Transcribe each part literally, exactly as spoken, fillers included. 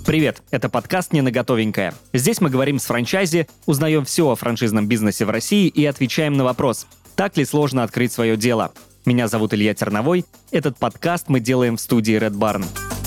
Привет, это подкаст «Не на готовенькое». Здесь мы говорим с франчайзи, узнаем все о франшизном бизнесе в России и отвечаем на вопрос, так ли сложно открыть свое дело. Меня зовут Илья Терновой. Этот подкаст мы делаем в студии Red Barn.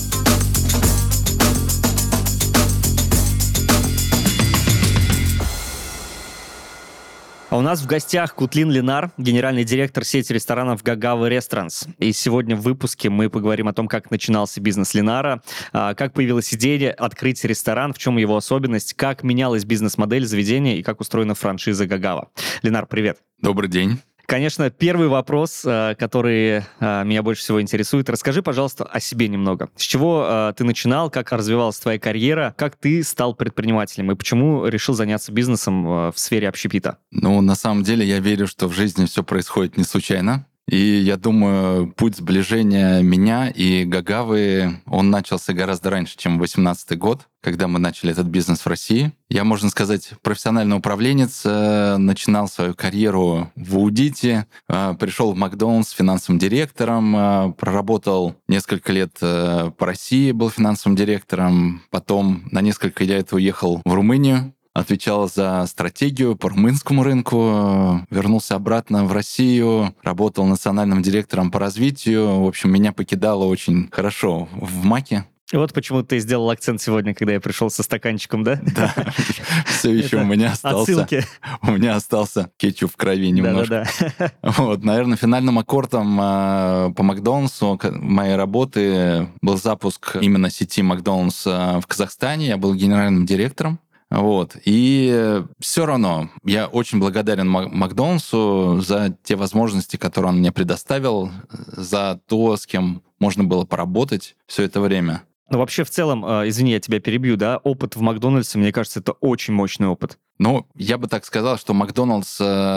А у нас в гостях Кутлин Ленар, генеральный директор сети ресторанов Gagava Restaurants. И сегодня в выпуске мы поговорим о том, как начинался бизнес Ленара, как появилась идея открыть ресторан, в чем его особенность, как менялась бизнес-модель заведения и как устроена франшиза Gagava. Ленар, привет. Добрый день. Конечно, первый вопрос, который меня больше всего интересует. Расскажи, пожалуйста, о себе немного. С чего ты начинал, как развивалась твоя карьера, как ты стал предпринимателем и почему решил заняться бизнесом в сфере общепита? Ну, на самом деле, я верю, что в жизни все происходит не случайно. И я думаю, путь сближения меня и Гагавы, он начался гораздо раньше, чем восемнадцатый год, когда мы начали этот бизнес в России. Я, можно сказать, профессиональный управленец, начинал свою карьеру в аудите, пришел в Макдональдс финансовым директором, проработал несколько лет по России, был финансовым директором, потом на несколько лет уехал в Румынию, отвечал за стратегию по румынскому рынку, вернулся обратно в Россию, работал национальным директором по развитию. В общем, меня покидало очень хорошо в Маке. И вот почему ты сделал акцент сегодня, когда я пришел со стаканчиком, да? Да, все еще у меня остался. У меня остался кетчуп в крови немножко. Да-да-да. Вот, наверное, финальным аккордом по Макдональдсу моей работы был запуск именно сети Макдональдс в Казахстане. Я был генеральным директором. Вот. И все равно я очень благодарен Макдональдсу за те возможности, которые он мне предоставил, за то, с кем можно было поработать все это время. Ну, вообще, в целом, извини, я тебя перебью, да, опыт в Макдональдсе, мне кажется, это очень мощный опыт. Ну, я бы так сказал, что Макдональдс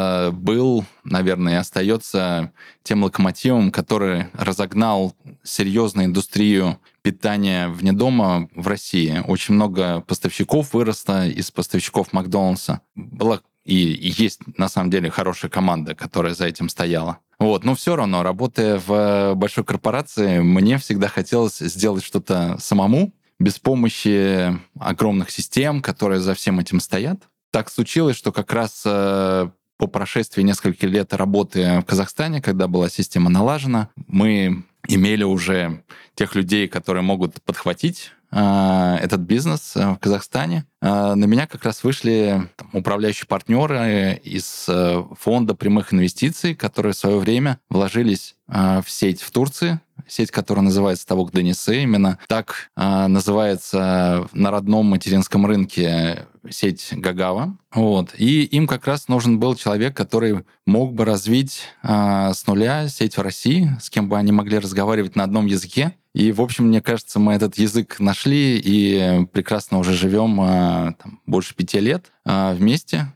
был, наверное, и остается тем локомотивом, который разогнал серьезную индустрию питания вне дома в России. Очень много поставщиков выросло из поставщиков Макдональдса. Была и, и есть, на самом деле, хорошая команда, которая за этим стояла. Вот. Но все равно, работая в большой корпорации, мне всегда хотелось сделать что-то самому, без помощи огромных систем, которые за всем этим стоят. Так случилось, что как раз э, по прошествии нескольких лет работы в Казахстане, когда была система налажена, мы имели уже тех людей, которые могут подхватить э, этот бизнес в Казахстане. Э, на меня как раз вышли там, управляющие партнеры из э, фонда прямых инвестиций, которые в свое время вложились э, в сеть в Турции, сеть, которая называется Тавук Денисы. Именно так э, называется на родном материнском рынке сеть Гагава. Вот. И им как раз нужен был человек, который мог бы развить э, с нуля сеть в России, с кем бы они могли разговаривать на одном языке. И, в общем, мне кажется, мы этот язык нашли и прекрасно уже живем э, там, больше пяти лет э, вместе.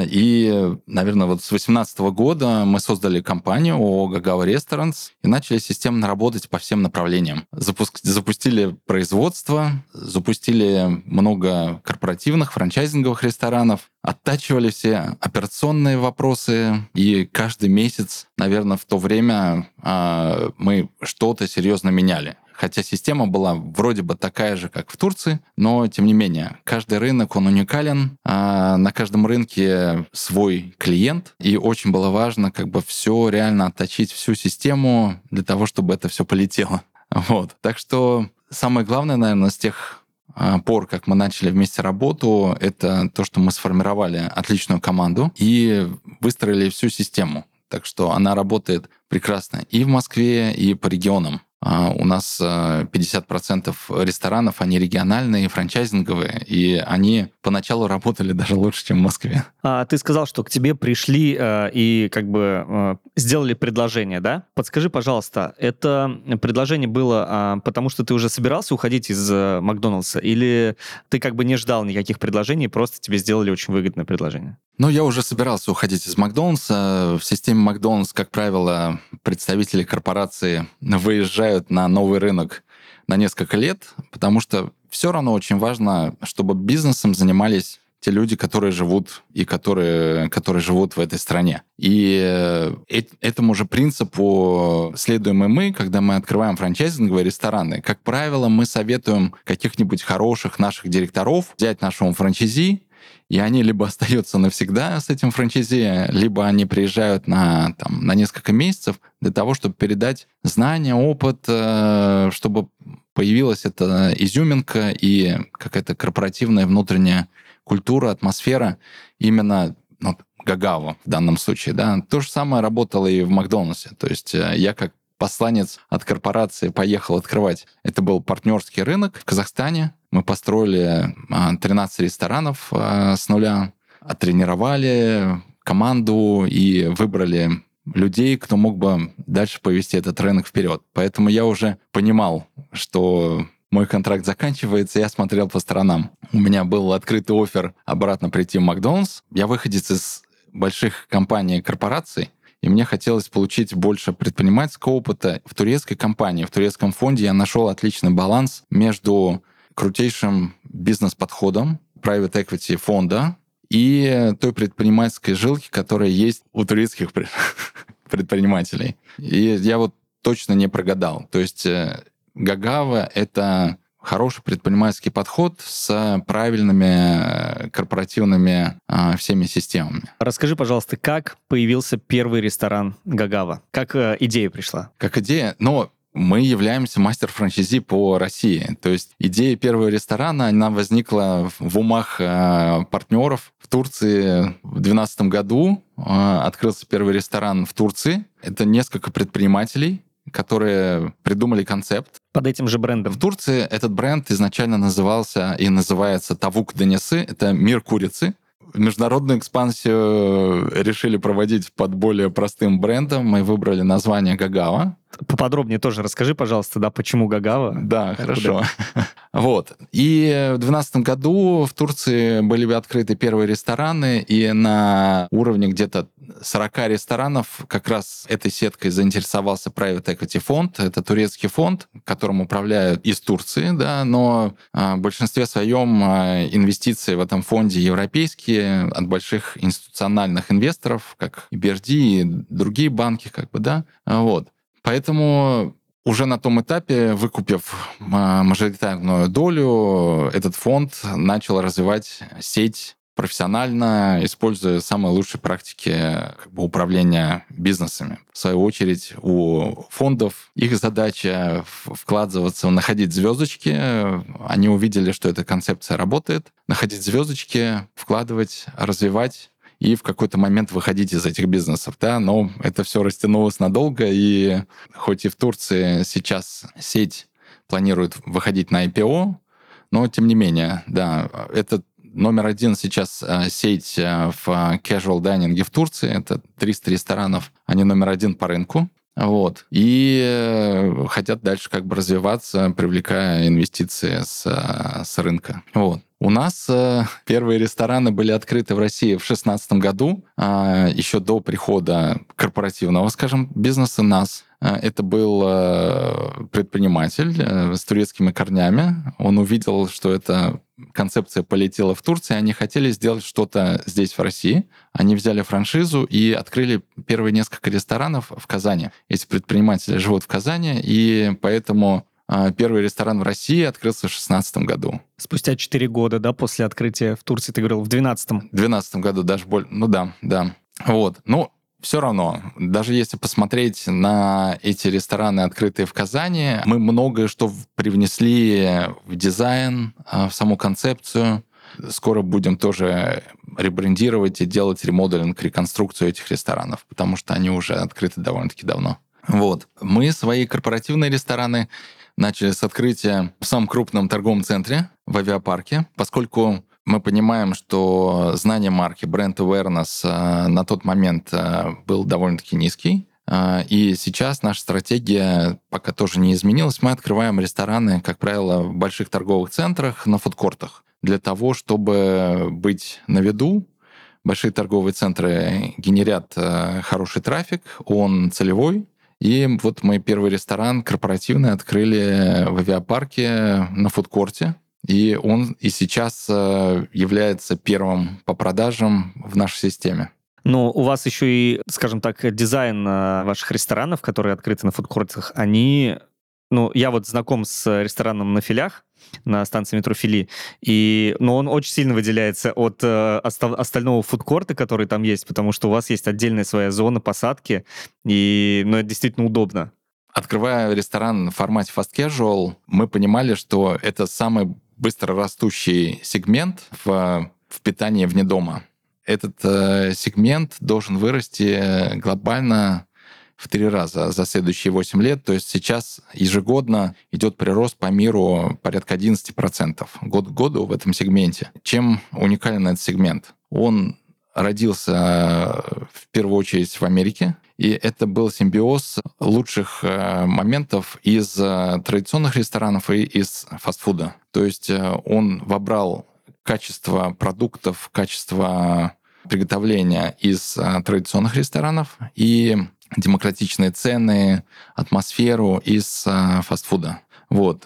И, наверное, вот с две тысячи восемнадцатого года мы создали компанию ООО Gagava Restaurants и начали системно работать по всем направлениям. Запуск... Запустили производство, запустили много корпоративных, франчайзинговых ресторанов, оттачивали все операционные вопросы, и каждый месяц, наверное, в то время э, мы что-то серьезно меняли. Хотя система была вроде бы такая же, как в Турции, но, тем не менее, каждый рынок, он уникален, а на каждом рынке свой клиент, и очень было важно как бы все реально отточить, всю систему для того, чтобы это все полетело. Вот. Так что самое главное, наверное, с тех пор, как мы начали вместе работу, это то, что мы сформировали отличную команду и выстроили всю систему. Так что она работает прекрасно и в Москве, и по регионам. У нас пятьдесят процентов ресторанов, они региональные, франчайзинговые, и они поначалу работали даже лучше, чем в Москве. А, ты сказал, что к тебе пришли э, и как бы э, сделали предложение, да? Подскажи, пожалуйста, это предложение было э, потому, что ты уже собирался уходить из э, Макдональдса, или ты как бы не ждал никаких предложений, просто тебе сделали очень выгодное предложение? Ну, я уже собирался уходить из Макдональдса. В системе Макдональдс, как правило, представители корпорации выезжают на новый рынок на несколько лет, потому что все равно очень важно, чтобы бизнесом занимались те люди, которые живут и которые, которые живут в этой стране. И этому же принципу следуем и мы, когда мы открываем франчайзинговые рестораны. Как правило, мы советуем каких-нибудь хороших наших директоров взять нашему франчайзи, и они либо остаются навсегда с этим франчайзи, либо они приезжают на, там, на несколько месяцев для того, чтобы передать знания, опыт, чтобы появилась эта изюминка и какая-то корпоративная внутренняя культура, атмосфера именно ну, Гагава в данном случае. Да. То же самое работало и в Макдональдсе. То есть я как посланец от корпорации поехал открывать. Это был партнерский рынок в Казахстане. Мы построили тринадцать ресторанов с нуля, оттренировали команду и выбрали людей, кто мог бы дальше повести этот рынок вперед. Поэтому я уже понимал, что мой контракт заканчивается, я смотрел по сторонам. У меня был открытый оффер обратно прийти в Макдональдс. Я выходец из больших компаний и корпораций, и мне хотелось получить больше предпринимательского опыта. В турецкой компании, в турецком фонде я нашел отличный баланс между крутейшим бизнес-подходом private equity фонда и той предпринимательской жилки, которая есть у турецких предпринимателей. И я вот точно не прогадал. То есть Гагава — это хороший предпринимательский подход с правильными корпоративными а, всеми системами. Расскажи, пожалуйста, как появился первый ресторан Гагава? Как э, идея пришла? Как идея? Ну, мы являемся мастер-франчайзи по России. То есть идея первого ресторана, она возникла в умах э, партнеров. В Турции в две тысячи двенадцатом году э, открылся первый ресторан в Турции. Это несколько предпринимателей, которые придумали концепт. Под этим же брендом. В Турции этот бренд изначально назывался и называется Тавук Денесы. Это мир курицы. Международную экспансию решили проводить под более простым брендом. Мы выбрали название Гагава. Поподробнее тоже расскажи, пожалуйста, да, почему Гагава? Да, хорошо. Вот. И в две тысячи двенадцатом году в Турции были открыты первые рестораны, и на уровне где-то сорок ресторанов как раз этой сеткой заинтересовался Private Equity фонд. Это турецкий фонд, которым управляют из Турции, да, но в большинстве своем инвестиции в этом фонде европейские от больших институциональных инвесторов, как и би ар ди, и другие банки, как бы, да, вот. Поэтому уже на том этапе, выкупив мажоритарную долю, этот фонд начал развивать сеть профессионально, используя самые лучшие практики как бы, управления бизнесами. В свою очередь, у фондов их задача вкладываться, находить звездочки. Они увидели, что эта концепция работает. Находить звездочки, вкладывать, развивать и в какой-то момент выходить из этих бизнесов, да, но это все растянулось надолго, и хоть и в Турции сейчас сеть планирует выходить на ай пи о, но тем не менее, да, это номер один сейчас сеть в casual dining в Турции, это триста ресторанов, они номер один по рынку, вот, и хотят дальше как бы развиваться, привлекая инвестиции с, с рынка, вот. У нас э, первые рестораны были открыты в России в две тысячи шестнадцатом году, э, еще до прихода корпоративного, скажем, бизнеса нас. Э, это был э, предприниматель э, с турецкими корнями. Он увидел, что эта концепция полетела в Турции, они хотели сделать что-то здесь, в России. Они взяли франшизу и открыли первые несколько ресторанов в Казани. Эти предприниматели живут в Казани, и поэтому первый ресторан в России открылся в две тысячи шестнадцатом году. Спустя четыре года, да, после открытия в Турции, ты говорил, в две тысячи двенадцатом. В две тысячи двенадцатом году даже больше. Ну да, да. Вот. Ну, все равно, даже если посмотреть на эти рестораны, открытые в Казани, мы многое что привнесли в дизайн, в саму концепцию. Скоро будем тоже ребрендировать и делать ремоделинг, реконструкцию этих ресторанов, потому что они уже открыты довольно-таки давно. Вот. Мы свои корпоративные рестораны начали с открытия в самом крупном торговом центре в авиапарке, поскольку мы понимаем, что знание марки, бренд awareness на тот момент был довольно-таки низкий. И сейчас наша стратегия пока тоже не изменилась. Мы открываем рестораны, как правило, в больших торговых центрах, на фудкортах, для того, чтобы быть на виду. Большие торговые центры генерят хороший трафик, он целевой. И вот мы первый ресторан корпоративный открыли в авиапарке на фудкорте. И он и сейчас является первым по продажам в нашей системе. Но у вас еще и, скажем так, дизайн ваших ресторанов, которые открыты на фудкортах, они... Ну, я вот знаком с рестораном на Филях, на станции метро Фили, и, но он очень сильно выделяется от э, оста- остального фудкорта, который там есть, потому что у вас есть отдельная своя зона посадки, и, ну, это действительно удобно. Открывая ресторан в формате fast casual, мы понимали, что это самый быстро растущий сегмент в, в питании вне дома. Этот э, сегмент должен вырасти глобально в три раза за следующие восемь лет. То есть сейчас ежегодно идет прирост по миру порядка одиннадцать процентов год к году в этом сегменте. Чем уникален этот сегмент? Он родился в первую очередь в Америке, и это был симбиоз лучших моментов из традиционных ресторанов и из фастфуда. То есть он вобрал качество продуктов, качество приготовления из традиционных ресторанов и демократичные цены, атмосферу из э, фастфуда. Вот.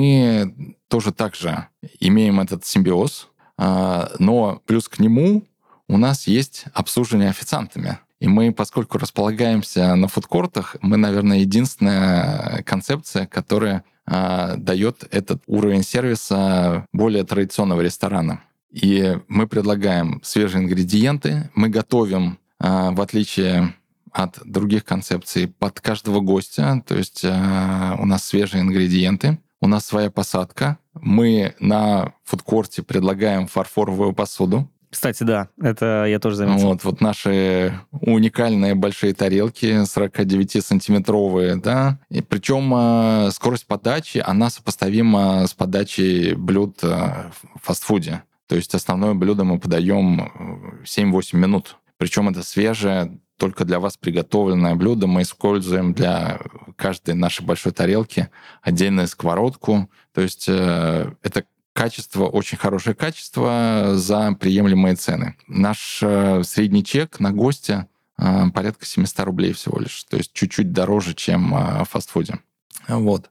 Мы тоже также имеем этот симбиоз, э, но плюс к нему у нас есть обслуживание официантами. И мы, поскольку располагаемся на фудкортах, мы, наверное, единственная концепция, которая э, дает этот уровень сервиса более традиционного ресторана. И мы предлагаем свежие ингредиенты, мы готовим, э, в отличие от других концепций, под каждого гостя. То есть э, у нас свежие ингредиенты, у нас своя посадка. Мы на фудкорте предлагаем фарфоровую посуду. Кстати, да, это я тоже заметил. Вот, вот наши уникальные большие тарелки, сорок девять сантиметровые, да. И причем э, скорость подачи, она сопоставима с подачей блюд э, в фастфуде. То есть основное блюдо мы подаем семь-восемь минут. Причем это свежее, только для вас приготовленное блюдо. Мы используем для каждой нашей большой тарелки отдельную сковородку. То есть э, это качество, очень хорошее качество за приемлемые цены. Наш э, средний чек на гостя э, порядка семьсот рублей всего лишь. То есть чуть-чуть дороже, чем э, в фастфуде. Вот.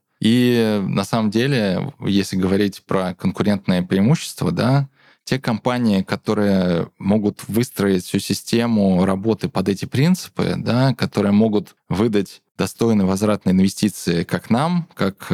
И на самом деле, если говорить про конкурентные преимущества, да, те компании, которые могут выстроить всю систему работы под эти принципы, да, которые могут выдать достойные возвратные инвестиции как нам, как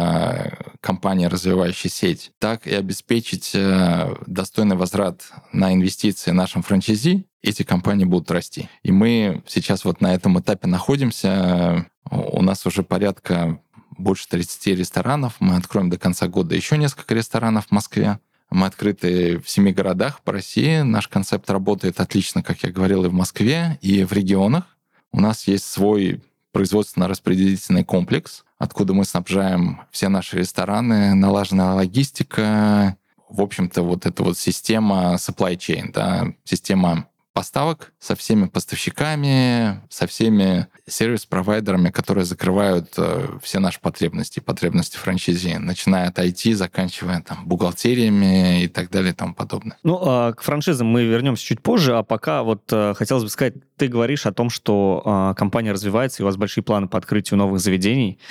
э, компания, развивающая сеть, так и обеспечить э, достойный возврат на инвестиции нашим франчайзи, эти компании будут расти. И мы сейчас вот на этом этапе находимся. У нас уже порядка больше тридцати ресторанов. Мы откроем до конца года еще несколько ресторанов в Москве. Мы открыты в семи городах по России. Наш концепт работает отлично, как я говорил, и в Москве, и в регионах. У нас есть свой производственно-распределительный комплекс, откуда мы снабжаем все наши рестораны, налаженная логистика. В общем-то, вот эта вот система supply chain, да, система поставок со всеми поставщиками, со всеми сервис-провайдерами, которые закрывают э, все наши потребности, потребности франчайзи, начиная от ай ти, заканчивая там бухгалтериями и так далее и тому подобное. Ну, а к франшизам мы вернемся чуть позже, а пока вот э, хотелось бы сказать, ты говоришь о том, что э, компания развивается, и у вас большие планы по открытию новых заведений.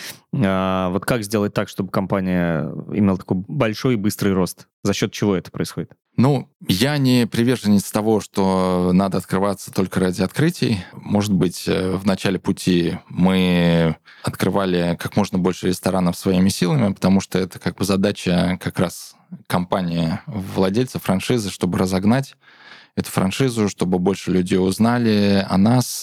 Э, вот как сделать так, чтобы компания имела такой большой и быстрый рост? За счет чего это происходит? Ну, я не приверженец того, что надо открываться только ради открытий. Может быть, в начале пути мы открывали как можно больше ресторанов своими силами, потому что это как бы задача как раз компании, владельца франшизы, чтобы разогнать эту франшизу, чтобы больше людей узнали о нас.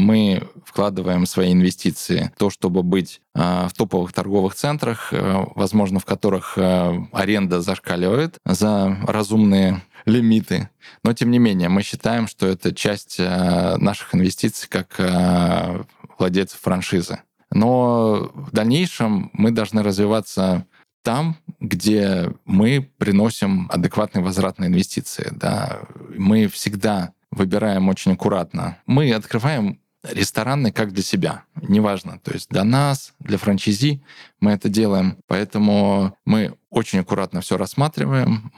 Мы вкладываем свои инвестиции в то, чтобы быть в топовых торговых центрах, возможно, в которых аренда зашкаливает за разумные лимиты. Но, тем не менее, мы считаем, что это часть наших инвестиций как владельцев франшизы. Но в дальнейшем мы должны развиваться там, где мы приносим адекватные возвратные инвестиции. Да. Мы всегда выбираем очень аккуратно. Мы открываем рестораны как для себя, неважно. То есть для нас, для франчайзи мы это делаем. Поэтому мы очень аккуратно все рассматриваем.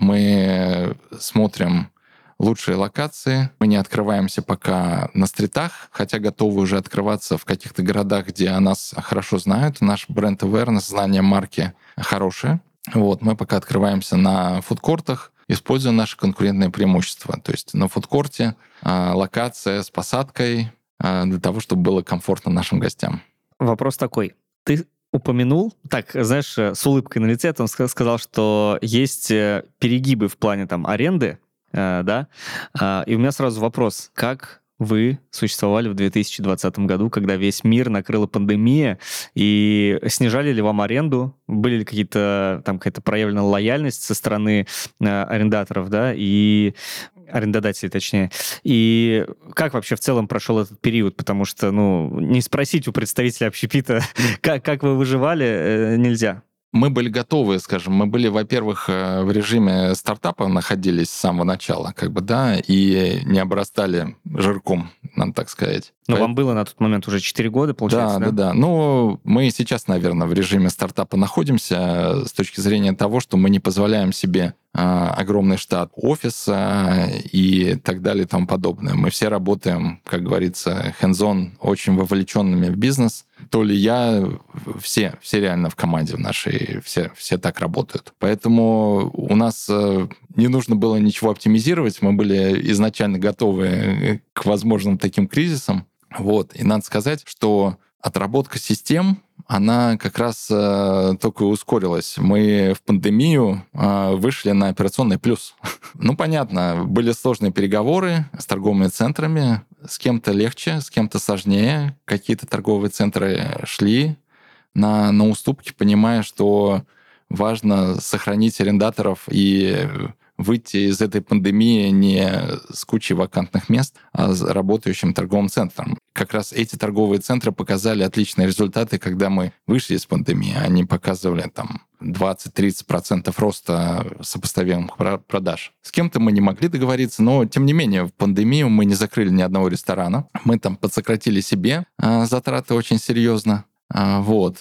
Мы смотрим лучшие локации. Мы не открываемся пока на стритах, хотя готовы уже открываться в каких-то городах, где о нас хорошо знают. Наш бренд awareness, знание марки хорошее. Вот, мы пока открываемся на фудкортах, используя наши конкурентные преимущества. То есть на фудкорте э, локация с посадкой э, для того, чтобы было комфортно нашим гостям. Вопрос такой. Ты упомянул, так, знаешь, с улыбкой на лице, он сказал, что есть перегибы в плане там аренды, э, да, э, и у меня сразу вопрос, как вы существовали в две тысячи двадцатом году, когда весь мир накрыла пандемия, и снижали ли вам аренду? Были ли какие-то, там, какая-то проявлена лояльность со стороны э, арендаторов, да, и арендодателей, точнее. И как вообще в целом прошел этот период? Потому что, ну, не спросить у представителя общепита, как, как вы выживали, э, нельзя. Мы были готовы, скажем, мы были, во-первых, в режиме стартапа находились с самого начала, как бы, да, и не обрастали жирком, надо так сказать. Но По... вам было на тот момент уже четыре года, получается, да? Да, да, да. Ну, мы сейчас, наверное, в режиме стартапа находимся с точки зрения того, что мы не позволяем себе огромный штат офиса и так далее и тому подобное. Мы все работаем, как говорится, hands-on, очень вовлеченными в бизнес. То ли я, все, все реально в команде в нашей, все, все так работают. Поэтому у нас не нужно было ничего оптимизировать, мы были изначально готовы к возможным таким кризисам. Вот. И надо сказать, что отработка систем, она как раз э, только ускорилась. Мы в пандемию э, вышли на операционный плюс. Ну, понятно, были сложные переговоры с торговыми центрами. С кем-то легче, с кем-то сложнее. Какие-то торговые центры шли на, на уступки, понимая, что важно сохранить арендаторов и выйти из этой пандемии не с кучей вакантных мест, а с работающим торговым центром. Как раз эти торговые центры показали отличные результаты, когда мы вышли из пандемии. Они показывали там двадцать-тридцать процентов роста сопоставимых продаж. С кем-то мы не могли договориться, но, тем не менее, в пандемию мы не закрыли ни одного ресторана. Мы там подсократили себе а, затраты очень серьезно. А, вот.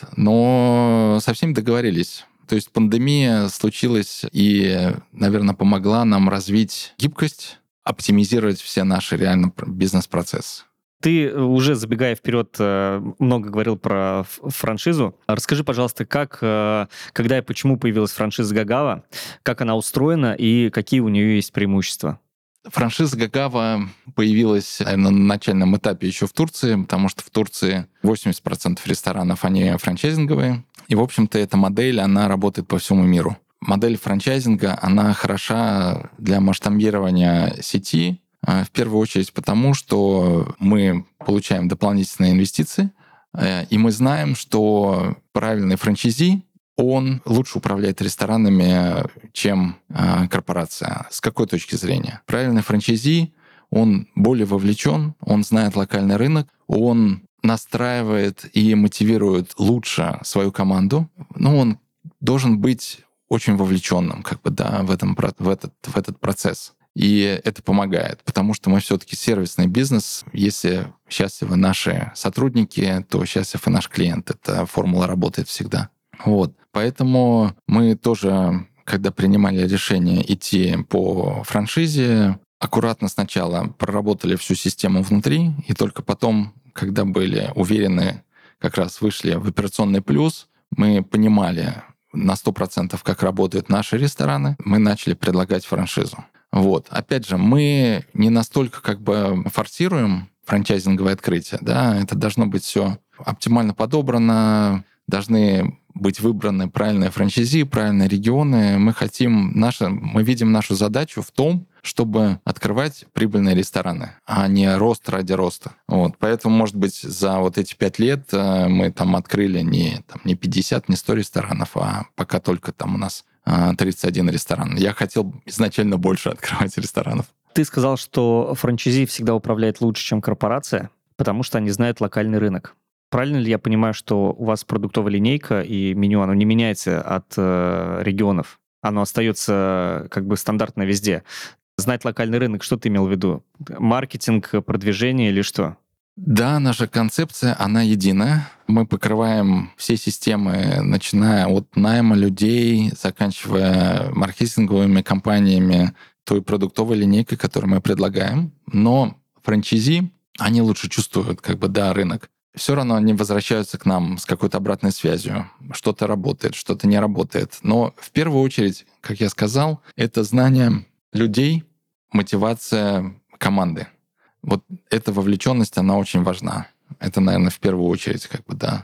Но со всеми договорились. То есть пандемия случилась и, наверное, помогла нам развить гибкость, оптимизировать все наши реально бизнес-процессы. Ты, уже забегая вперед, много говорил про франшизу. Расскажи, пожалуйста, как, когда и почему появилась франшиза Гагава, как она устроена и какие у нее есть преимущества? Франшиза Гагава появилась на начальном этапе еще в Турции, потому что в Турции восемьдесят процентов ресторанов, они франчайзинговые. И, в общем-то, эта модель, она работает по всему миру. Модель франчайзинга, она хороша для масштабирования сети, в первую очередь потому, что мы получаем дополнительные инвестиции, и мы знаем, что правильный франчайзи, он лучше управляет ресторанами, чем корпорация. С какой точки зрения? Правильный франчайзи, он более вовлечен, он знает локальный рынок, он настраивает и мотивирует лучше свою команду. Ну, он должен быть очень вовлеченным, как бы, да, в, этом, в, этот, в этот процесс. И это помогает, потому что мы все-таки сервисный бизнес. Если счастливы наши сотрудники, то счастлив и наш клиент. Эта формула работает всегда. Вот. Поэтому мы тоже, когда принимали решение идти по франшизе, аккуратно сначала проработали всю систему внутри, и только потом, когда были уверены, как раз вышли в операционный плюс, мы понимали на сто процентов, как работают наши рестораны, мы начали предлагать франшизу. Вот. Опять же, мы не настолько как бы форсируем франчайзинговое открытие, да, это должно быть все оптимально подобрано, должны быть выбраны правильные франчайзи, правильные регионы. Мы хотим, наше, мы видим нашу задачу в том, чтобы открывать прибыльные рестораны, а не рост ради роста. Вот. Поэтому, может быть, за вот эти пять лет мы там открыли не, там, не пятьдесят, не сто ресторанов, а пока только там у нас тридцать один ресторан. Я хотел изначально больше открывать ресторанов. Ты сказал, что франчайзи всегда управляет лучше, чем корпорация, потому что они знают локальный рынок. Правильно ли я понимаю, что у вас продуктовая линейка и меню, оно не меняется от э, регионов? Оно остается как бы стандартно везде. Знать локальный рынок, что ты имел в виду? Маркетинг, продвижение или что? Да, наша концепция, она единая. Мы покрываем все системы, начиная от найма людей, заканчивая маркетинговыми компаниями, той продуктовой линейкой, которую мы предлагаем. Но франчайзи, они лучше чувствуют, как бы, да, рынок. все равно они возвращаются к нам с какой-то обратной связью. Что-то работает, что-то не работает. Но в первую очередь, как я сказал, это знание людей, мотивация команды. Вот эта вовлеченность, она очень важна. Это, наверное, в первую очередь, как бы, да.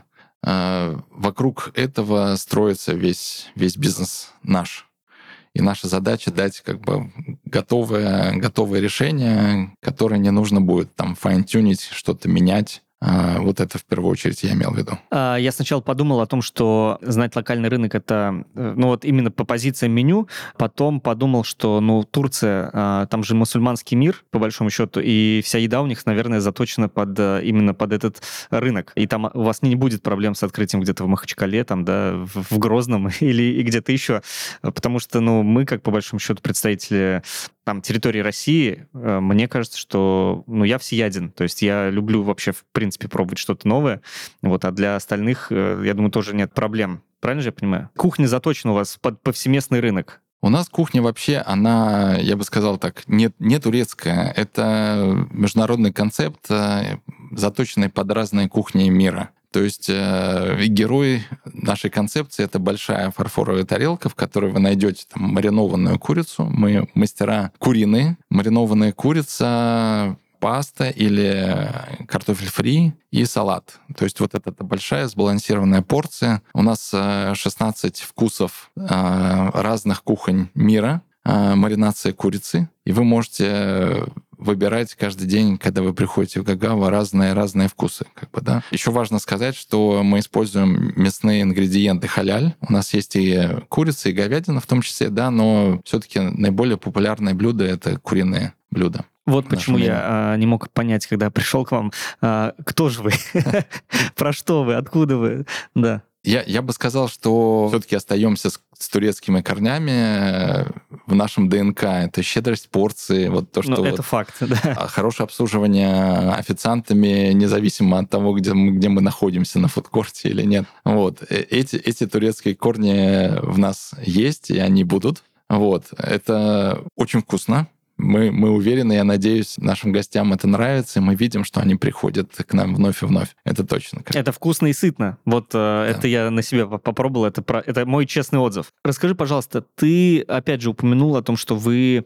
А вокруг этого строится весь, весь бизнес наш. И наша задача дать как бы готовое, готовое решение, которое не нужно будет там файн-тюнить, что-то менять. Вот это в первую очередь я имел в виду. Я сначала подумал о том, что знать локальный рынок — это, ну вот именно по позициям меню. Потом подумал, что, ну, Турция, там же мусульманский мир, по большому счету, и вся еда у них, наверное, заточена под, именно под этот рынок. И там у вас не будет проблем с открытием где-то в Махачкале, там, да, в Грозном или где-то еще. Потому что, ну, мы, как по большому счету представители там территории России, мне кажется, что, ну, я всеяден. То есть я люблю вообще, в принципе, пробовать что-то новое. Вот, а для остальных, я думаю, тоже нет проблем. Правильно же я понимаю? Кухня заточена у вас под повсеместный рынок. У нас кухня вообще, она, я бы сказал так, не, не турецкая. Это международный концепт, заточенный под разные кухни мира. То есть э, герой нашей концепции — это большая фарфоровая тарелка, в которой вы найдете там маринованную курицу. Мы мастера куриные. Маринованная курица, паста или картофель фри и салат. То есть вот это большая сбалансированная порция. У нас шестнадцать вкусов э, разных кухонь мира, э, маринация курицы. И вы можете выбирать каждый день, когда вы приходите в Гагава, разные-разные вкусы. Как бы, да. Еще важно сказать, что мы используем мясные ингредиенты халяль. У нас есть и курица, и говядина в том числе, да, но все-таки наиболее популярные блюда — это куриные блюда. Вот почему я а, не мог понять, когда пришел к вам, а, кто же вы, про что вы, откуда вы, да. Я, я бы сказал, что все-таки остаемся с, с турецкими корнями в нашем ДНК. Это щедрость порции, вот то, что... Ну, это вот, факт, да. Хорошее обслуживание официантами, независимо от того, где мы, где мы находимся, на фудкорте или нет. Вот. Эти, эти турецкие корни в нас есть, и они будут. Вот. Это очень вкусно. Мы, мы уверены, я надеюсь, нашим гостям это нравится, и мы видим, что они приходят к нам вновь и вновь. Это точно. Это вкусно и сытно. Вот да. Это я на себе попробовал, это, про, это мой честный отзыв. Расскажи, пожалуйста, ты, опять же, упомянул о том, что вы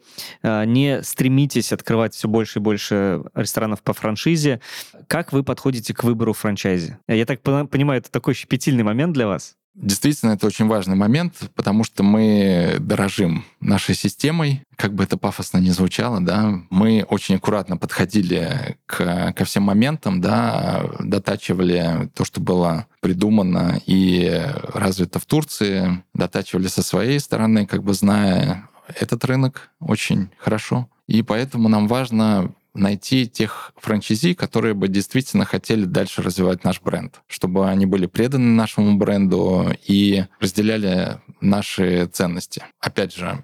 не стремитесь открывать все больше и больше ресторанов по франшизе. Как вы подходите к выбору франчайзи? Я так понимаю, это такой щепетильный момент для вас? Действительно, это очень важный момент, потому что мы дорожим нашей системой, как бы это пафосно ни звучало, да, мы очень аккуратно подходили к, ко всем моментам, да, дотачивали то, что было придумано и развито в Турции, дотачивали со своей стороны, как бы зная этот рынок очень хорошо. И поэтому нам важно найти тех франчайзи, которые бы действительно хотели дальше развивать наш бренд, чтобы они были преданы нашему бренду и разделяли наши ценности. Опять же,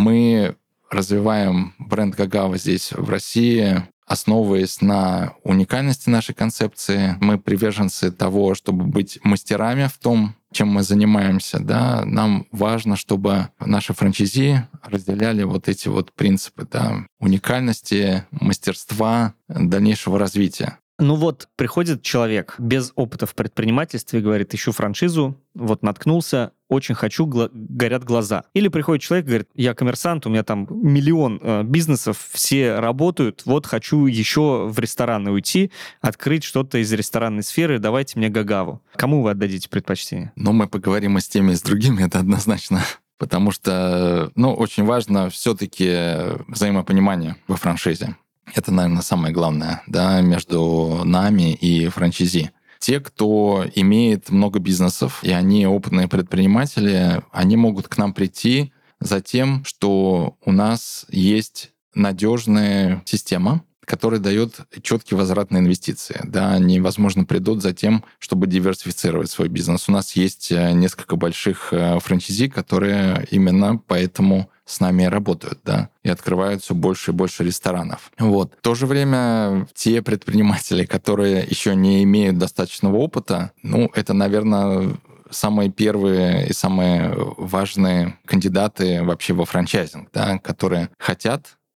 мы развиваем бренд Гагава здесь, в России, основываясь на уникальности нашей концепции. Мы приверженцы того, чтобы быть мастерами в том, чем мы занимаемся, да, нам важно, чтобы наши франчайзи разделяли вот эти вот принципы, да, уникальности, мастерства, дальнейшего развития. Ну вот, приходит человек без опыта в предпринимательстве и говорит, ищу франшизу, вот наткнулся, очень хочу, гла- горят глаза. Или приходит человек и говорит, я коммерсант, у меня там миллион э, бизнесов, все работают, вот хочу еще в рестораны уйти, открыть что-то из ресторанной сферы, давайте мне Гагаву. Кому вы отдадите предпочтение? Ну, мы поговорим и с теми, и с другими, это однозначно. Потому что, ну, очень важно все-таки взаимопонимание во франшизе. Это, наверное, самое главное, да, между нами и франчайзи. Те, кто имеет много бизнесов, и они опытные предприниматели, они могут к нам прийти за тем, что у нас есть надежная система, которая дает четкий возврат на инвестиции. Да, они, возможно, придут за тем, чтобы диверсифицировать свой бизнес. У нас есть несколько больших франчайзи, которые именно поэтому с нами работают, да, и открывают все больше и больше ресторанов. Вот. В то же время те предприниматели, которые еще не имеют достаточного опыта, ну, это, наверное, самые первые и самые важные кандидаты вообще во франчайзинг, да, которые хотят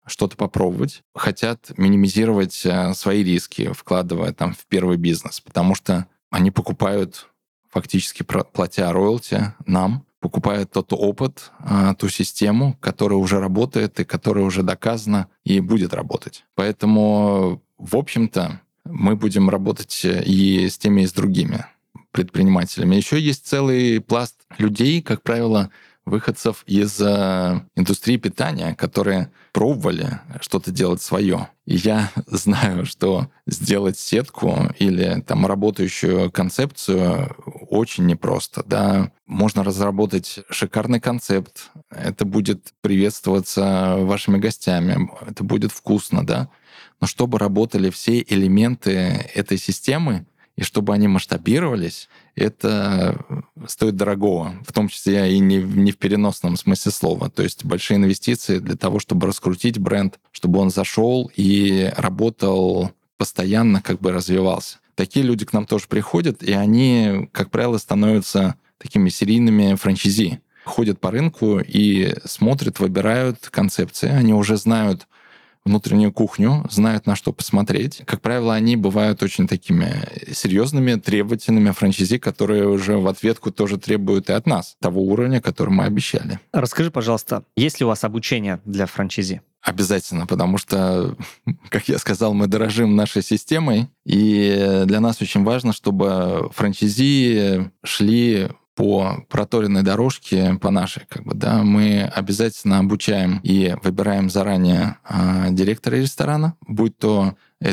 что-то попробовать, хотят минимизировать свои риски, вкладывая там в первый бизнес, потому что они покупают, фактически платя роялти нам, покупают тот опыт, ту систему, которая уже работает и которая уже доказана и будет работать. Поэтому, в общем-то, мы будем работать и с теми, и с другими предпринимателями. Еще есть целый пласт людей, как правило, выходцев из э, индустрии питания, которые пробовали что-то делать свое. И я знаю, что сделать сетку или там работающую концепцию очень непросто. Да? Можно разработать шикарный концепт, это будет приветствоваться вашими гостями, это будет вкусно, да? Но чтобы работали все элементы этой системы, и чтобы они масштабировались, это стоит дорогого, в том числе и не, не в переносном смысле слова. То есть большие инвестиции для того, чтобы раскрутить бренд, чтобы он зашел и работал постоянно, как бы развивался. Такие люди к нам тоже приходят, и они, как правило, становятся такими серийными франчайзи. Ходят по рынку и смотрят, выбирают концепции. Они уже знают внутреннюю кухню, знают, на что посмотреть. Как правило, они бывают очень такими серьезными, требовательными франчайзи, которые уже в ответку тоже требуют и от нас того уровня, который мы обещали. Расскажи, пожалуйста, есть ли у вас обучение для франчайзи? Обязательно, потому что, как я сказал, мы дорожим нашей системой, и для нас очень важно, чтобы франчайзи шли по проторенной дорожке, по нашей, как бы, да, мы обязательно обучаем и выбираем заранее э, директора ресторана, будь то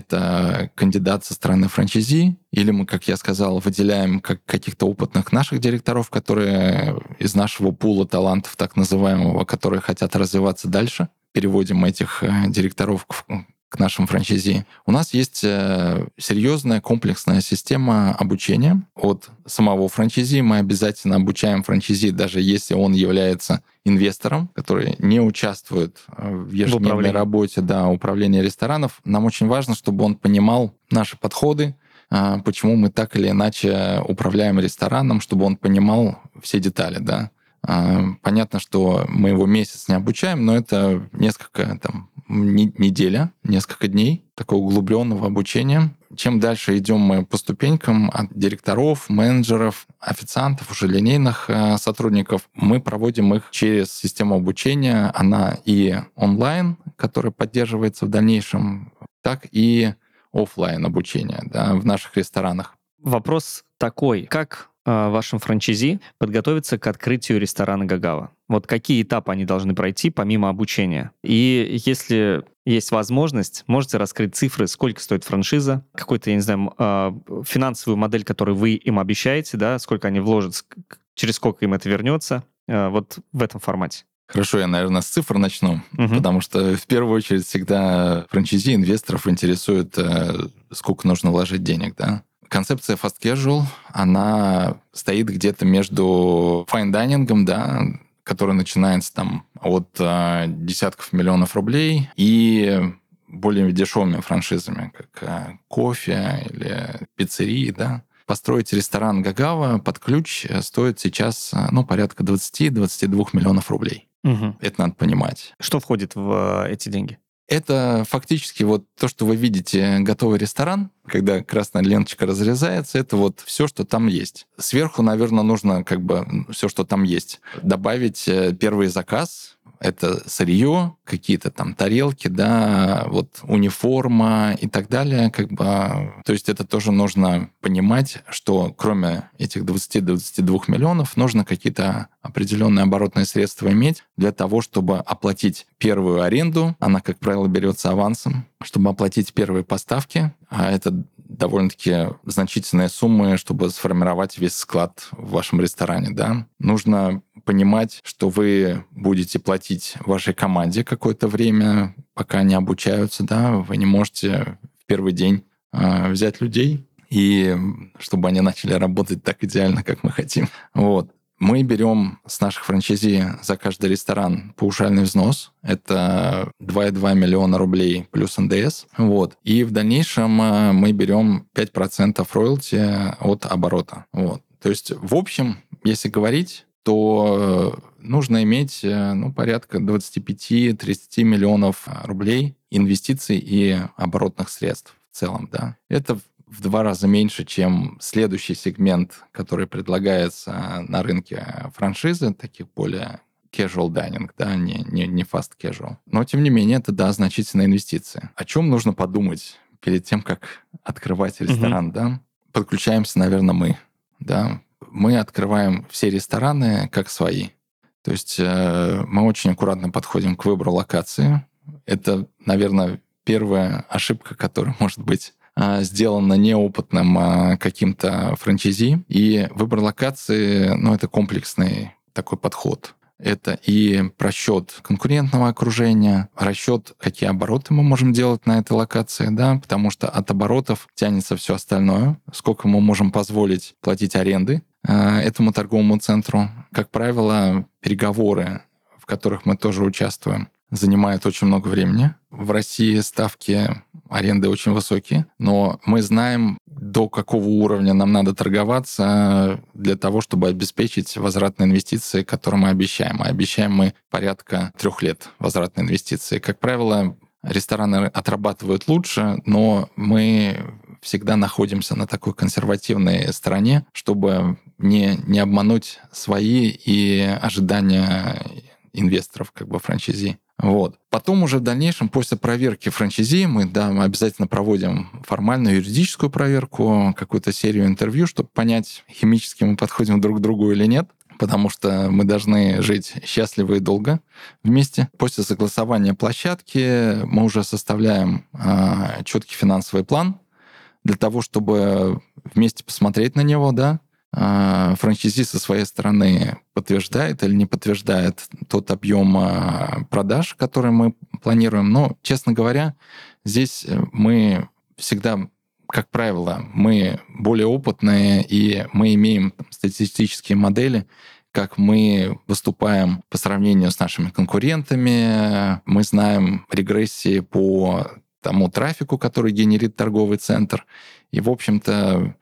это кандидат со стороны франчайзи, или мы, как я сказал, выделяем как каких-то опытных наших директоров, которые из нашего пула талантов, так называемого, которые хотят развиваться дальше, переводим этих э, директоров к к нашим франчайзи. У нас есть серьезная комплексная система обучения от самого франчайзи. Мы обязательно обучаем франчайзи, даже если он является инвестором, который не участвует в ежедневной в работе да, управления ресторанов. Нам очень важно, чтобы он понимал наши подходы, почему мы так или иначе управляем рестораном, чтобы он понимал все детали, да. Понятно, что мы его месяц не обучаем, но это несколько там, неделя, несколько дней такого углубленного обучения. Чем дальше идем мы по ступенькам от директоров, менеджеров, официантов, уже линейных сотрудников, мы проводим их через систему обучения. Она и онлайн, которая поддерживается в дальнейшем, так и офлайн обучение да, в наших ресторанах. Вопрос такой. Как вашим франчайзи подготовиться к открытию ресторана Гагава? Вот какие этапы они должны пройти помимо обучения? И если есть возможность, можете раскрыть цифры, сколько стоит франшиза, какую-то, я не знаю, финансовую модель, которую вы им обещаете, да, сколько они вложат, через сколько им это вернется, вот в этом формате. Хорошо, я, наверное, с цифр начну, угу. потому что в первую очередь всегда франчайзи инвесторов интересует, сколько нужно вложить денег, да. Концепция fast casual, она стоит где-то между файн-дайнингом, да, который начинается там от э, десятков миллионов рублей, и более дешевыми франшизами, как э, кофе или пиццерии, да. Построить ресторан Гагава под ключ стоит сейчас, ну, порядка двадцать-двадцать два миллионов рублей. Угу. Это надо понимать. Что входит в эти деньги? Это фактически вот то, что вы видите, готовый ресторан, когда красная ленточка разрезается, это вот все, что там есть. Сверху, наверное, нужно как бы все, что там есть, добавить первый заказ. Это сырье, какие-то там тарелки, да, вот униформа и так далее. Как бы. То есть это тоже нужно понимать, что кроме этих двадцати-двадцати двух миллионов нужно какие-то определенные оборотные средства иметь для того, чтобы оплатить первую аренду. Она, как правило, берется авансом, чтобы оплатить первые поставки. А это довольно-таки значительные суммы, чтобы сформировать весь склад в вашем ресторане, да. Нужно понимать, что вы будете платить вашей команде какое-то время, пока они обучаются, да. Вы не можете в первый день э, взять людей, и чтобы они начали работать так идеально, как мы хотим. Вот. Мы берем с наших франчайзи за каждый ресторан паушальный взнос. Это два и два миллиона рублей плюс эн дэ эс. Вот. И в дальнейшем мы берем пять процентов роялти от оборота. Вот. То есть, в общем, если говорить, то нужно иметь ну, порядка двадцать пять-тридцать миллионов рублей инвестиций и оборотных средств в целом. Да. Это в два раза меньше, чем следующий сегмент, который предлагается на рынке франшизы, таких более casual dining, да, не, не, не fast casual. Но, тем не менее, это, да, значительные инвестиции. О чем нужно подумать перед тем, как открывать ресторан, mm-hmm. да? Подключаемся, наверное, мы, да. Мы открываем все рестораны как свои. То есть э, мы очень аккуратно подходим к выбору локации. Это, наверное, первая ошибка, которая может быть сделано неопытным каким-то франчайзи. И выбор локации, ну, это комплексный такой подход. Это и просчет конкурентного окружения, расчет, какие обороты мы можем делать на этой локации, да, потому что от оборотов тянется все остальное, сколько мы можем позволить платить аренды э, этому торговому центру. Как правило, переговоры, в которых мы тоже участвуем, занимает очень много времени. В России ставки аренды очень высокие, но мы знаем, до какого уровня нам надо торговаться для того, чтобы обеспечить возвратные инвестиции, которые мы обещаем. А обещаем мы порядка трех лет возвратной инвестиции. Как правило, рестораны отрабатывают лучше, но мы всегда находимся на такой консервативной стороне, чтобы не, не обмануть свои и ожидания инвесторов, как бы франчайзи. Вот. Потом уже в дальнейшем, после проверки франчайзи, мы, да, мы обязательно проводим формальную юридическую проверку, какую-то серию интервью, чтобы понять, химически мы подходим друг к другу или нет, потому что мы должны жить счастливо и долго вместе. После согласования площадки мы уже составляем э, четкий финансовый план для того, чтобы вместе посмотреть на него, да, франчайзи со своей стороны подтверждает или не подтверждает тот объем продаж, который мы планируем. Но, честно говоря, здесь мы всегда, как правило, мы более опытные, и мы имеем там статистические модели, как мы выступаем по сравнению с нашими конкурентами. Мы знаем регрессии по тому трафику, который генерит торговый центр. И, в общем-то,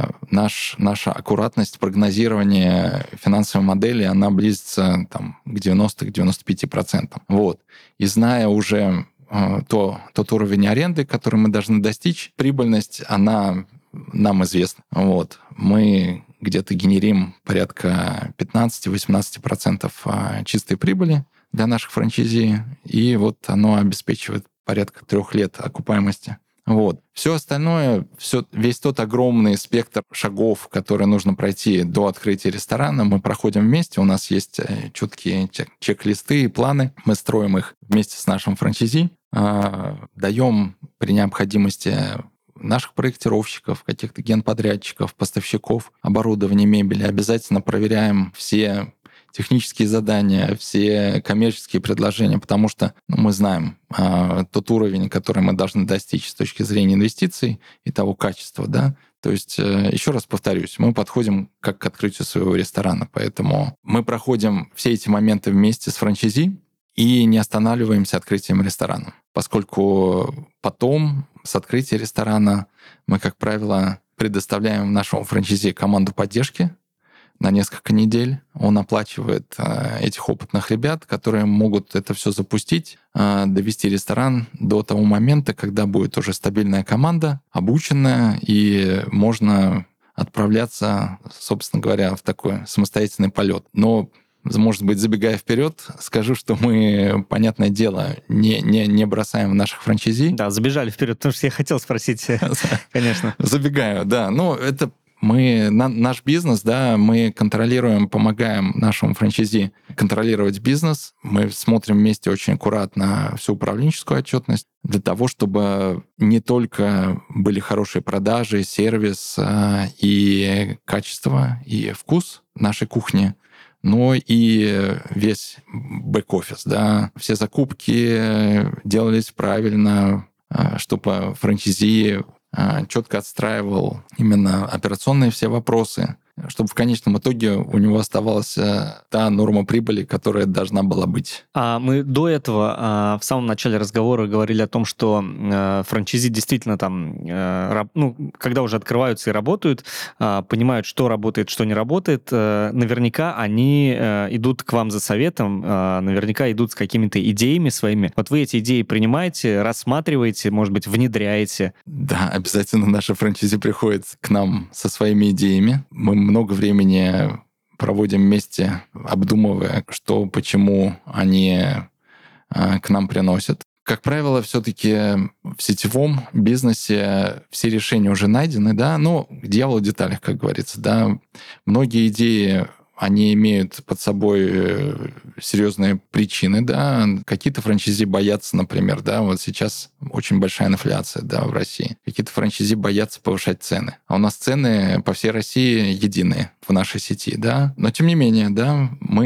наш, наша аккуратность прогнозирования финансовой модели, она близится там, к девяноста-девяноста пяти процентам. Вот. И зная уже то, тот уровень аренды, который мы должны достичь, прибыльность, она нам известна. Вот. Мы где-то генерим порядка пятнадцать-восемнадцать процентов чистой прибыли для наших франчайзи, и вот оно обеспечивает порядка трех лет окупаемости. Вот. Все остальное, все, весь тот огромный спектр шагов, которые нужно пройти до открытия ресторана, мы проходим вместе. У нас есть четкие чек-листы и планы. Мы строим их вместе с нашим франчайзи, даем при необходимости наших проектировщиков, каких-то генподрядчиков, поставщиков оборудования, мебели. Обязательно проверяем все технические задания, все коммерческие предложения, потому что ну, мы знаем а, тот уровень, который мы должны достичь с точки зрения инвестиций и того качества, да. То есть, еще раз повторюсь, мы подходим как к открытию своего ресторана, поэтому мы проходим все эти моменты вместе с франчайзи и не останавливаемся открытием ресторана, поскольку потом с открытия ресторана мы, как правило, предоставляем нашему франчайзи команду поддержки на несколько недель. Он оплачивает э, этих опытных ребят, которые могут это все запустить, э, довести ресторан до того момента, когда будет уже стабильная команда, обученная, и можно отправляться, собственно говоря, в такой самостоятельный полет. Но, может быть, забегая вперед, скажу, что мы, понятное дело, не, не, не бросаем наших франчайзи. Да, забежали вперед, потому что я хотел спросить, конечно. Забегаю, да. Ну, это Мы, на, наш бизнес, да, мы контролируем, помогаем нашему франчайзи контролировать бизнес. Мы смотрим вместе очень аккуратно всю управленческую отчетность для того, чтобы не только были хорошие продажи, сервис и качество, и вкус нашей кухни, но и весь бэк-офис, да. Все закупки делались правильно, чтобы франчайзи четко отстраивал именно операционные все вопросы, чтобы в конечном итоге у него оставалась та норма прибыли, которая должна была быть. А мы до этого а, в самом начале разговора говорили о том, что а, франчайзи действительно там, а, раб, ну, когда уже открываются и работают, а, понимают, что работает, что не работает, а, наверняка они а, идут к вам за советом, а, наверняка идут с какими-то идеями своими. Вот вы эти идеи принимаете, рассматриваете, может быть, внедряете? Да, обязательно наши франчайзи приходят к нам со своими идеями. Мы много времени проводим вместе, обдумывая, что, почему они э, к нам приносят. Как правило, все-таки в сетевом бизнесе все решения уже найдены, да, но дьявол в деталях, как говорится, да. Многие идеи, они имеют под собой серьезные причины, да. Какие-то франчайзи боятся, например, да, вот сейчас очень большая инфляция, да, в России. Какие-то франчайзи боятся повышать цены. А у нас цены по всей России единые в нашей сети, да. Но тем не менее, да,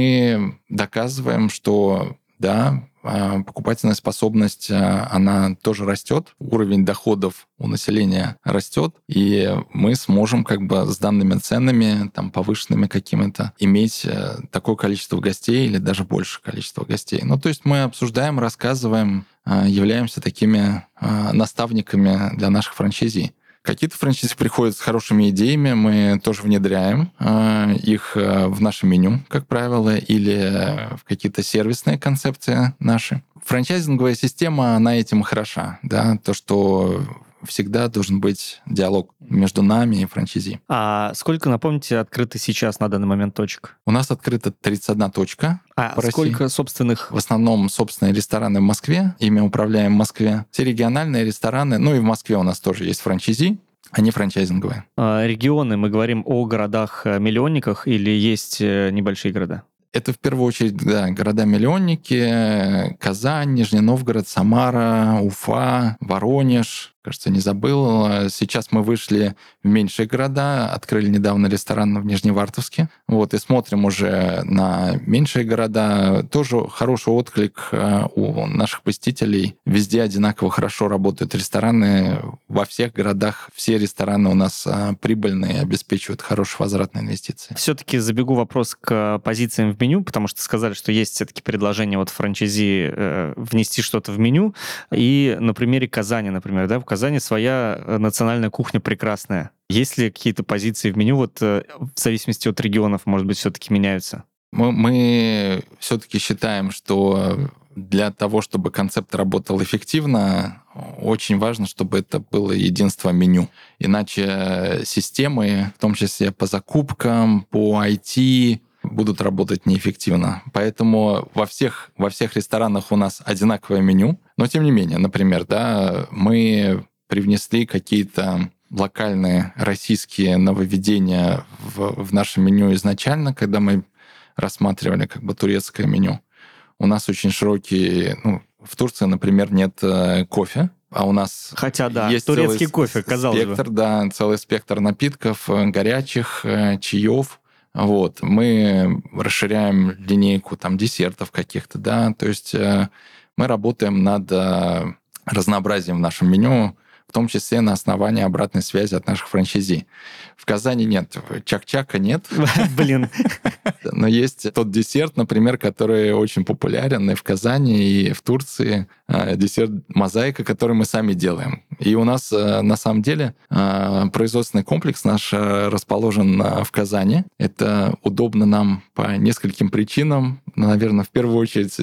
мы доказываем, что, да, покупательная способность, она тоже растет, уровень доходов у населения растет, и мы сможем как бы с данными ценами, там, повышенными какими-то, иметь такое количество гостей или даже больше количество гостей. Ну, то есть мы обсуждаем, рассказываем, являемся такими наставниками для наших франчайзи. Какие-то франчайзи приходят с хорошими идеями, мы тоже внедряем э, их э, в наше меню, как правило, или в какие-то сервисные концепции наши. Франчайзинговая система, она этим и хороша, да, то, что всегда должен быть диалог между нами и франчайзи. А сколько, напомните, открыто сейчас на данный момент точек? У нас открыто тридцать одна точка. А сколько России. собственных? В основном собственные рестораны в Москве, ими управляем в Москве. Все региональные рестораны, ну и в Москве у нас тоже есть франчайзи, они франчайзинговые. А регионы, мы говорим о городах-миллионниках или есть небольшие города? Это в первую очередь, да, города-миллионники, Казань, Нижний Новгород, Самара, Уфа, Воронеж. Кажется, не забыл. Сейчас мы вышли в меньшие города, открыли недавно ресторан в Нижневартовске. Вот, и смотрим уже на меньшие города. Тоже хороший отклик у наших посетителей. Везде одинаково хорошо работают рестораны. Во всех городах все рестораны у нас прибыльные, обеспечивают хороший возврат на инвестиции. Все-таки забегу вопрос к позициям в меню, потому что сказали, что есть все-таки предложение вот франчайзи э, внести что-то в меню. И на примере Казани, например, да, в Казани своя национальная кухня прекрасная. Есть ли какие-то позиции в меню, вот в зависимости от регионов, может быть, все-таки меняются? Мы, мы все-таки считаем, что для того, чтобы концепт работал эффективно, очень важно, чтобы это было единство меню. Иначе системы, в том числе по закупкам, по ай ти, будут работать неэффективно. Поэтому во всех, во всех ресторанах у нас одинаковое меню. Но тем не менее, например, да, мы привнесли какие-то локальные российские нововведения в, в наше меню изначально, когда мы рассматривали как бы турецкое меню. У нас очень широкий... Ну, в Турции, например, нет кофе, а у нас Хотя, да, есть турецкий целый кофе, казалось спектр, бы. да, целый спектр напитков, горячих, чаев. Вот. Мы расширяем линейку там, десертов каких-то, да, то есть мы работаем над разнообразием в нашем меню, в том числе на основании обратной связи от наших франчайзи. В Казани нет, чак-чака нет. Блин. Но есть тот десерт, например, который очень популярен и в Казани, и в Турции. Десерт мозаика, который мы сами делаем. И у нас, на самом деле, производственный комплекс наш расположен в Казани. Это удобно нам по нескольким причинам. Наверное, в первую очередь,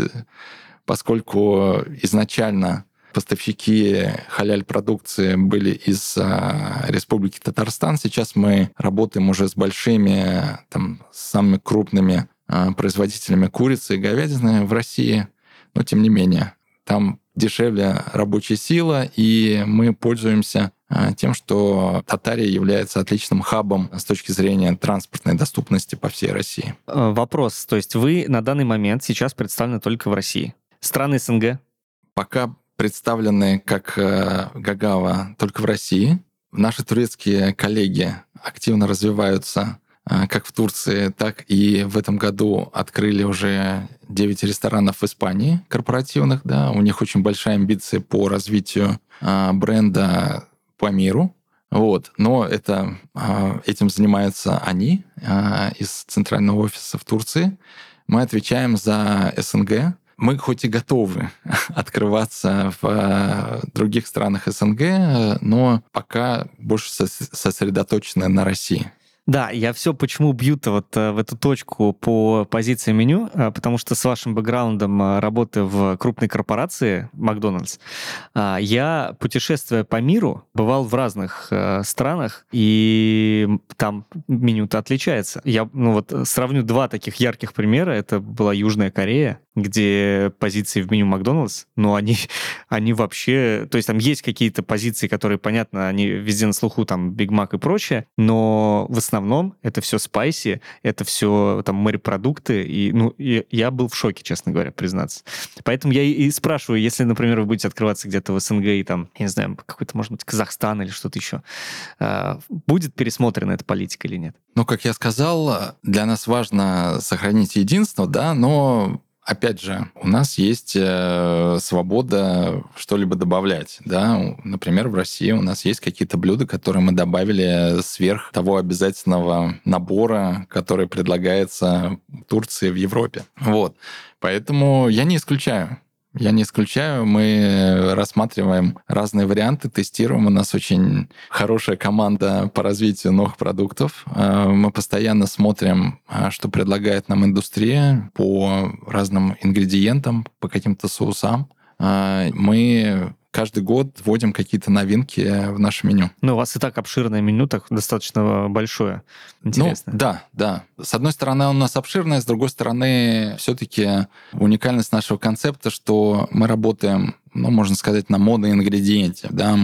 поскольку изначально поставщики халяль-продукции были из а, Республики Татарстан. Сейчас мы работаем уже с большими, там, самыми крупными а, производителями курицы и говядины в России. Но, тем не менее, там дешевле рабочая сила, и мы пользуемся а, тем, что Татария является отличным хабом с точки зрения транспортной доступности по всей России. Вопрос. То есть вы на данный момент сейчас представлены только в России? Страны СНГ? Пока представлены как Гагава только в России. Наши турецкие коллеги активно развиваются как в Турции, так и в этом году открыли уже девять ресторанов в Испании корпоративных. Да. У них очень большая амбиция по развитию бренда по миру. Вот. Но это, этим занимаются они из центрального офиса в Турции. Мы отвечаем за СНГ. Мы хоть и готовы открываться в других странах СНГ, но пока больше сосредоточены на России. Да, я все почему бью-то вот в эту точку по позиции меню, потому что с вашим бэкграундом работы в крупной корпорации Макдональдс, я, путешествуя по миру, бывал в разных странах, и там меню-то отличается. Я ну вот сравню два таких ярких примера. Это была Южная Корея, где позиции в меню Макдональдс, но они, они вообще... То есть там есть какие-то позиции, которые, понятно, они везде на слуху, там, Биг Мак и прочее, но в основном это все спайси, это все там морепродукты, и, ну, и я был в шоке, честно говоря, признаться. Поэтому я и, и спрашиваю, если, например, вы будете открываться где-то в СНГ, и там, я не знаю, какой-то, может быть, Казахстан или что-то еще, будет пересмотрена эта политика или нет? Ну, как я сказал, для нас важно сохранить единство, да, но опять же, у нас есть э, свобода что-либо добавлять. Да? Например, в России у нас есть какие-то блюда, которые мы добавили сверх того обязательного набора, который предлагается в Турции, в Европе. Вот. Поэтому я не исключаю. Я не исключаю, мы рассматриваем разные варианты, тестируем. У нас очень хорошая команда по развитию новых продуктов. Мы постоянно смотрим, что предлагает нам индустрия по разным ингредиентам, по каким-то соусам. Мы каждый год вводим какие-то новинки в наше меню. Ну, у вас и так обширное меню, так достаточно большое. Интересно. Ну, да, да. С одной стороны, у нас обширное, с другой стороны, все-таки уникальность нашего концепта, что мы работаем, ну, можно сказать, на моноингредиенте. Да?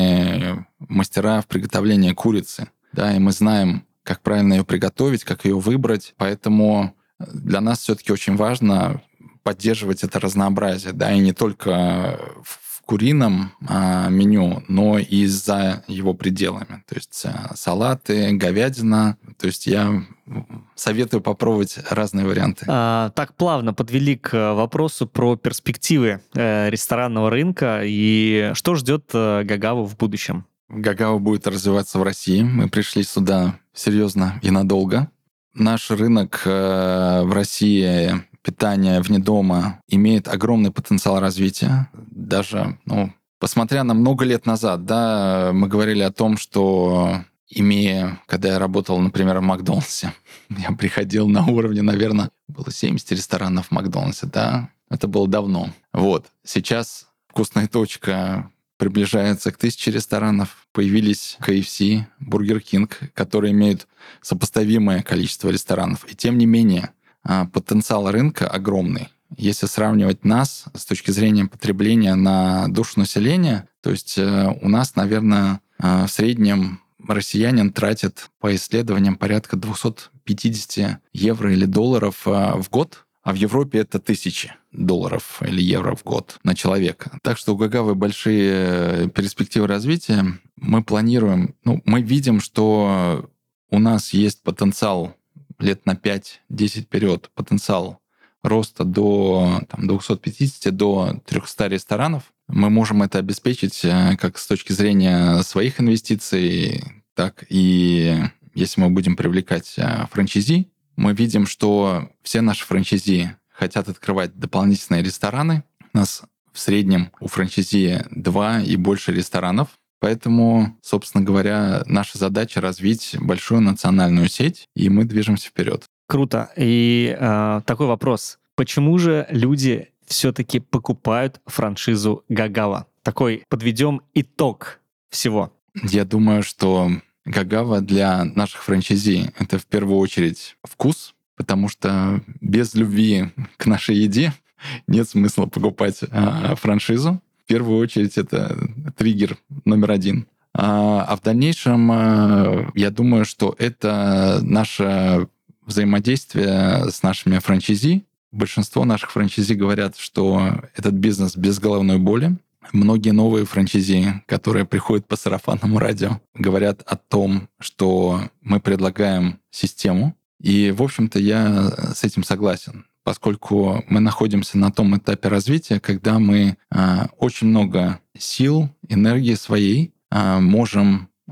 Мы мастера в приготовлении курицы, да, и мы знаем, как правильно ее приготовить, как ее выбрать. Поэтому для нас все-таки очень важно поддерживать это разнообразие, да, и не только в курином а, меню, но и за его пределами. То есть а, салаты, говядина. То есть я советую попробовать разные варианты. А, так плавно подвели к вопросу про перспективы э, ресторанного рынка и что ждет э, Гагаву в будущем. Гагава будет развиваться в России. Мы пришли сюда серьезно и надолго. Наш рынок э, в России питание вне дома имеет огромный потенциал развития. Даже, ну, посмотря на много лет назад, да, мы говорили о том, что имея, когда я работал, например, в Макдональдсе, я приходил на уровне, наверное, было семьдесят ресторанов в Макдональдсе, да, это было давно. Вот, сейчас «Вкусная точка» приближается к тысяче ресторанов, появились кей эф си, Бургер Кинг, которые имеют сопоставимое количество ресторанов. И тем не менее, потенциал рынка огромный. Если сравнивать нас с точки зрения потребления на душу населения, то есть у нас, наверное, в среднем россиянин тратит по исследованиям порядка двести пятьдесят евро или долларов в год, а в Европе это тысячи долларов или евро в год на человека. Так что у Гагавы большие перспективы развития. Мы планируем, ну, мы видим, что у нас есть потенциал лет на пять-десять вперед, потенциал роста до там, двести пятьдесят до триста ресторанов. Мы можем это обеспечить как с точки зрения своих инвестиций, так и если мы будем привлекать франчайзи. Мы видим, что все наши франчайзи хотят открывать дополнительные рестораны. У нас в среднем у франчайзи два и больше ресторанов. Поэтому, собственно говоря, наша задача развить большую национальную сеть, и мы движемся вперед. Круто. И э, такой вопрос. Почему же люди все-таки покупают франшизу Гагава? Такой подведем итог всего. Я думаю, что Гагава для наших франчайзи — это в первую очередь вкус, потому что без любви к нашей еде нет смысла покупать а, франшизу. В первую очередь это триггер номер один. А, а в дальнейшем а, я думаю, что это наше взаимодействие с нашими франчайзи. Большинство наших франчайзи говорят, что этот бизнес без головной боли. Многие новые франчайзи, которые приходят по сарафанному радио, говорят о том, что мы предлагаем систему. И, в общем-то, я с этим согласен, поскольку мы находимся на том этапе развития, когда мы э, очень много сил, энергии своей э, можем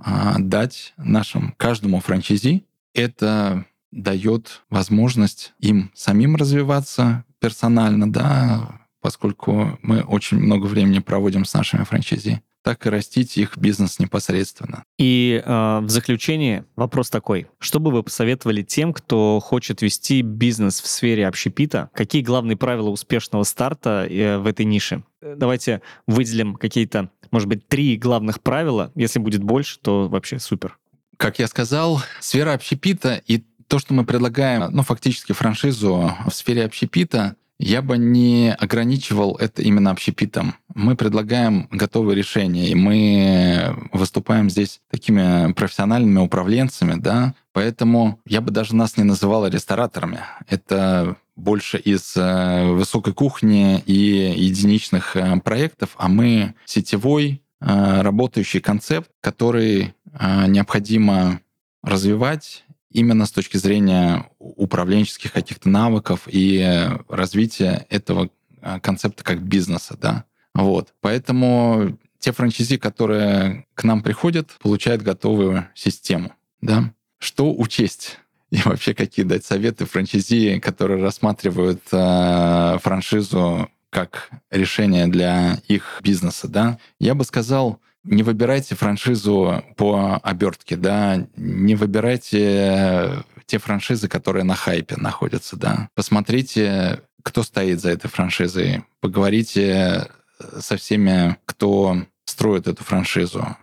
а, дать нашим каждому франчайзи. Это дает возможность им самим развиваться персонально, да, поскольку мы очень много времени проводим с нашими франчайзи, так и растить их бизнес непосредственно. И э, в заключение вопрос такой. Что бы вы посоветовали тем, кто хочет вести бизнес в сфере общепита? Какие главные правила успешного старта э, в этой нише? Давайте выделим какие-то, может быть, три главных правила. Если будет больше, то вообще супер. Как я сказал, сфера общепита и то, что мы предлагаем, ну, фактически франшизу в сфере общепита, я бы не ограничивал это именно общепитом. Мы предлагаем готовые решения, и мы выступаем здесь такими профессиональными управленцами, да, поэтому я бы даже нас не называл рестораторами. Это больше из высокой кухни и единичных проектов, а мы сетевой, работающий концепт, который необходимо развивать именно с точки зрения управленческих каких-то навыков и развития этого концепта как бизнеса, да. Вот. Поэтому те франчайзи, которые к нам приходят, получают готовую систему, да. Что учесть? И вообще какие дать советы франчайзи, которые рассматривают э, франшизу как решение для их бизнеса, да? Я бы сказал, не выбирайте франшизу по обертке, да, не выбирайте те франшизы, которые на хайпе находятся, да. Посмотрите, кто стоит за этой франшизой, поговорите со всеми, кто строит эту франшизу,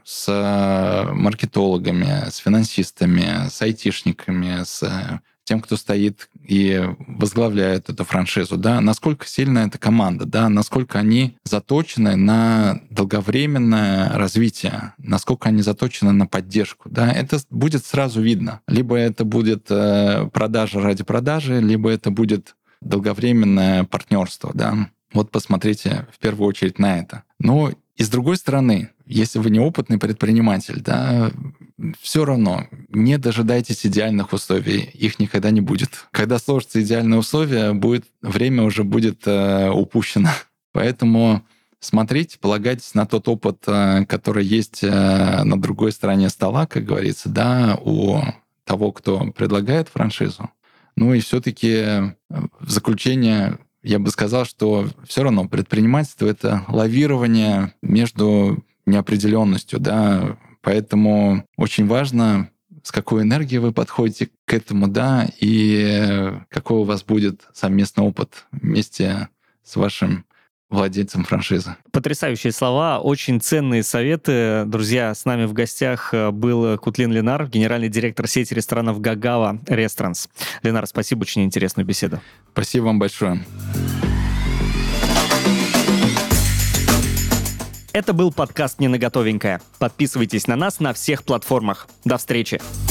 с маркетологами, с финансистами, с айтишниками, с тем, кто стоит и возглавляет эту франшизу, да, насколько сильна эта команда, да, насколько они заточены на долговременное развитие, насколько они заточены на поддержку, да, это будет сразу видно. Либо это будет продажа ради продажи, либо это будет долговременное партнерство, да. Вот посмотрите в первую очередь на это. Но и с другой стороны, если вы неопытный предприниматель, да, все равно не дожидайтесь идеальных условий, их никогда не будет. Когда сложатся идеальные условия, будет, время уже будет э, упущено. Поэтому смотрите, полагайтесь на тот опыт, э, который есть э, на другой стороне стола, как говорится, да, у того, кто предлагает франшизу. Ну и все-таки в заключение я бы сказал, что все равно предпринимательство — это лавирование между неопределенностью, да, поэтому очень важно, с какой энергией вы подходите к этому, да, и какой у вас будет совместный опыт вместе с вашим владельцем франшизы. Потрясающие слова, очень ценные советы. Друзья, с нами в гостях был Кутлин Ленар, генеральный директор сети ресторанов Гагава Restaurants. Ленар, спасибо, очень интересную беседу. Спасибо вам большое. Это был подкаст «Не на готовенькое». Подписывайтесь на нас на всех платформах. До встречи!